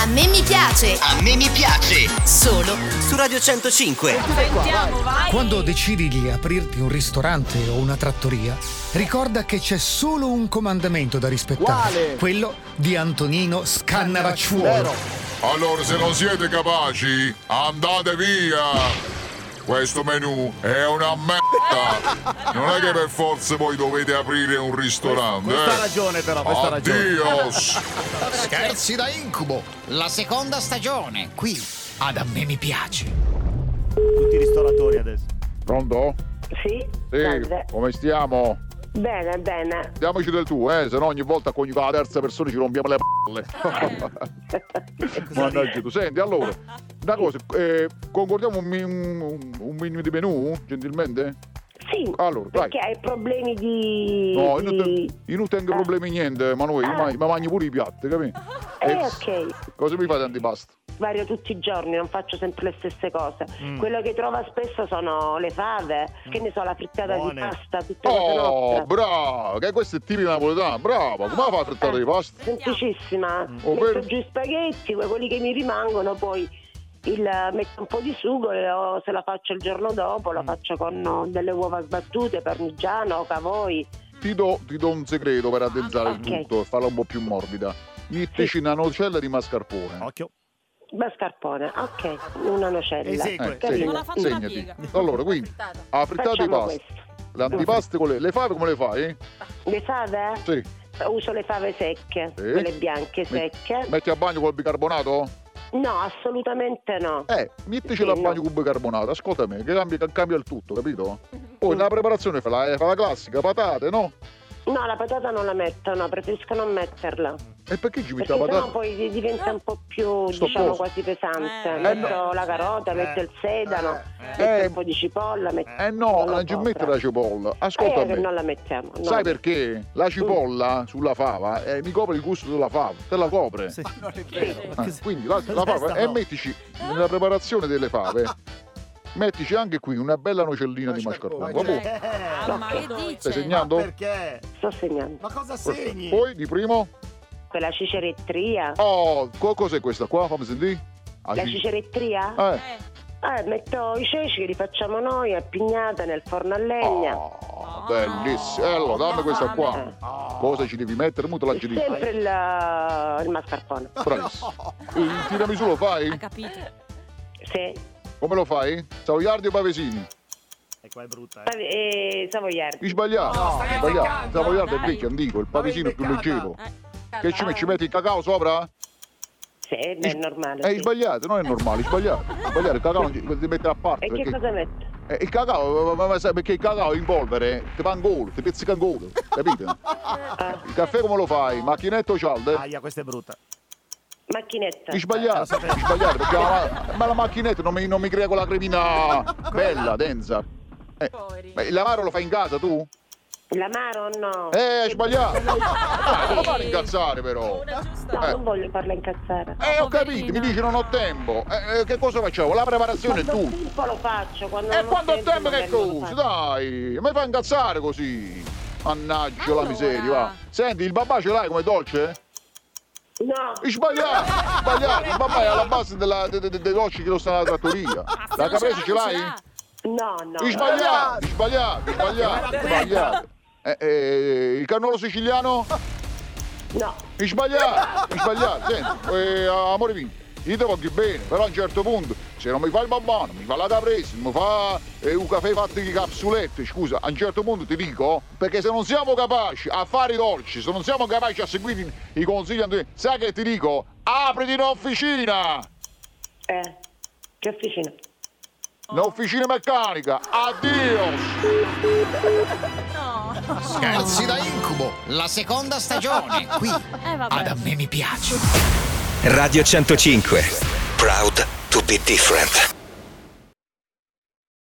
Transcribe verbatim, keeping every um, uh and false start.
A me mi piace. A me mi piace. Solo su Radio centocinque. Sentiamo, vai. Quando decidi di aprirti un ristorante o una trattoria, ricorda che c'è solo un comandamento da rispettare. Quale? Quello di Antonino Scannavacciuolo. Vero. Allora, se non siete capaci, andate via! Questo menù è una merda! Non è che per forza voi dovete aprire un ristorante, Questa eh? ragione però, questa ragione. Addios! Scherzi da incubo, la seconda stagione, qui ad A me mi piace. Tutti i ristoratori adesso. Pronto? Sì? Sì, Salve. come stiamo? Bene, bene. Diamoci del tu, eh, se no ogni volta con la terza persona ci rompiamo le palle. Mannaggia tu. Senti, allora, una cosa, eh, concordiamo un, mi- un, un minimo di menù, gentilmente? Sì, Allora, dai. perché hai problemi di... No, io non, di... te- io non tengo problemi niente, ma noi, io ma, ma mangio pure i piatti, capito? Eh, ok. Cosa mi fate antipasto? Vario tutti i giorni, non faccio sempre le stesse cose. Quello che trova spesso sono le fave, che ne so, la frittata Buone. di pasta, tutte cose Oh, nostre. bravo, che questo è tipico napoletano, bravo, come fa la frittata di pasta? Semplicissima. Oh, Metto per- giù i spaghetti, quelli che mi rimangono, poi il, metto un po' di sugo e o se la faccio il giorno dopo la faccio con oh, delle uova sbattute, parmigiano, cavoi. Ti do, ti do un segreto per addensare Ok. il tutto e farla un po' più morbida. Mettici una nocella di mascarpone. Occhio. Mascarpone, ok, una nocella. Esegue. Eh, Carino. sì, Non ha fatto una segnati. piega. Allora, quindi, la frittata di Facciamo pasta. questo. Le antipaste con le, le fave come le fai? Le fave? Sì. Uso le fave secche, Sì. quelle bianche Met- secche. Metti a bagno col bicarbonato? No, assolutamente no. Eh, metticela a Sì, bagno no. con bicarbonato, ascolta me, che cambia, che cambia il tutto, capito? Poi la preparazione fa la, fa la classica, patate, no? No, la patata non la metto, no, preferisco non metterla. E perché ci metti Perché la sennò patata? poi diventa un po' più, Sto diciamo, posto. quasi pesante. Eh, metto eh, la carota, eh, metto il sedano, eh. metto un po' di cipolla. Metto... Eh no, non lo non ci so, mette però. la cipolla. Ascolta Eh, che me. non la mettiamo. no. Sai perché? La cipolla sulla fava eh, mi copre il gusto della fava, te la copre. Sì. Eh, quindi la, la fava e mettici nella preparazione delle fave, mettici anche qui una bella nocellina di mascarpone. Vabbè, Ah, ma che dice? stai segnando? Perché? Sto segnando. Ma cosa segni? Poi di primo, Quella cicerettria. oh, co- cos'è questa qua? Fammi sentire. Ah, La sì. cicerettria? Eh. Eh, Eh, metto i ceci che li facciamo noi, appignata nel forno a legna. Oh, bellissimo. Eh, allora, dammi questa qua. Cosa ci devi mettere? Muto la ci dico. Sempre il, il mascarpone. Bravissimo. Il tiramisù lo ha fai? capito. Sì. Come lo fai? Savoiardi o pavesini? E qua è brutta, eh. E savoiardi. I sbagliati. stai Sbagliato. beccando, Savoiardi è dai. vecchio, antico. Il pavesino è più beccata. leggero. Eh, Che ci metti? Ci metti il cacao sopra? Sì, beh, è normale. Eh, sì. sbagliate, non è normale, sbagliate. Sbagliate, il cacao non ci- lo devi mettere a parte. E che Perché, cosa metto? eh, il cacao, ma- ma sai, perché il cacao in polvere ti fa un golo, ti pizzica un golo, capito? Il caffè come lo fai? Macchinetto o cialde? Aia, questa è brutta. Macchinetta. I sbagliate, i sbagliate, perché la, ma la macchinetta non mi, non mi crea quella cremina bella, densa. Eh, Poveri. ma il lavaro lo fai in casa tu? L'amaro no. Eh, hai sbagliato! Ah, non lo fare incazzare però! Una giusta. No, eh. non voglio farla incazzare. Eh, ho capito, Poverina. mi dici non ho tempo. Eh, eh, che cosa facciamo? La preparazione è Quando ho tu. tempo lo faccio, quando E non ho quando ho tempo che magari non lo cosa? faccio. Dai, mi fai incazzare così. Mannaggia Allora. la miseria, va. Senti, il babà ce l'hai come dolce? No, Hai sbagliato, hai sbagliato. Il babà è alla base della, de, de, de- dei dolci che lo stanno alla trattoria. Ah, se La non caprese ce ce l'ha, l'hai? ce l'ha. no, no. Hai sbagliato, hai sbagliato, hai sbagliato, hai sbagliato. Eh, eh, il cannolo siciliano? No, Hai sbagliato, hai sbagliato. Senti, eh, amore mio, io ti voglio bene, però a un certo punto, se non mi fai il babà, non mi fa la caprese, non mi fa eh, un caffè fatto di capsulette, scusa, a un certo punto ti dico, perché se non siamo capaci a fare i dolci, se non siamo capaci a seguire i, i consigli, sai che ti dico? Apriti un'officina! eh, che officina? Un'officina meccanica! Addio! No. Scherzi da incubo, la seconda stagione, qui Eh, vabbè. ad A me mi piace. Radio centocinque. Proud to be different.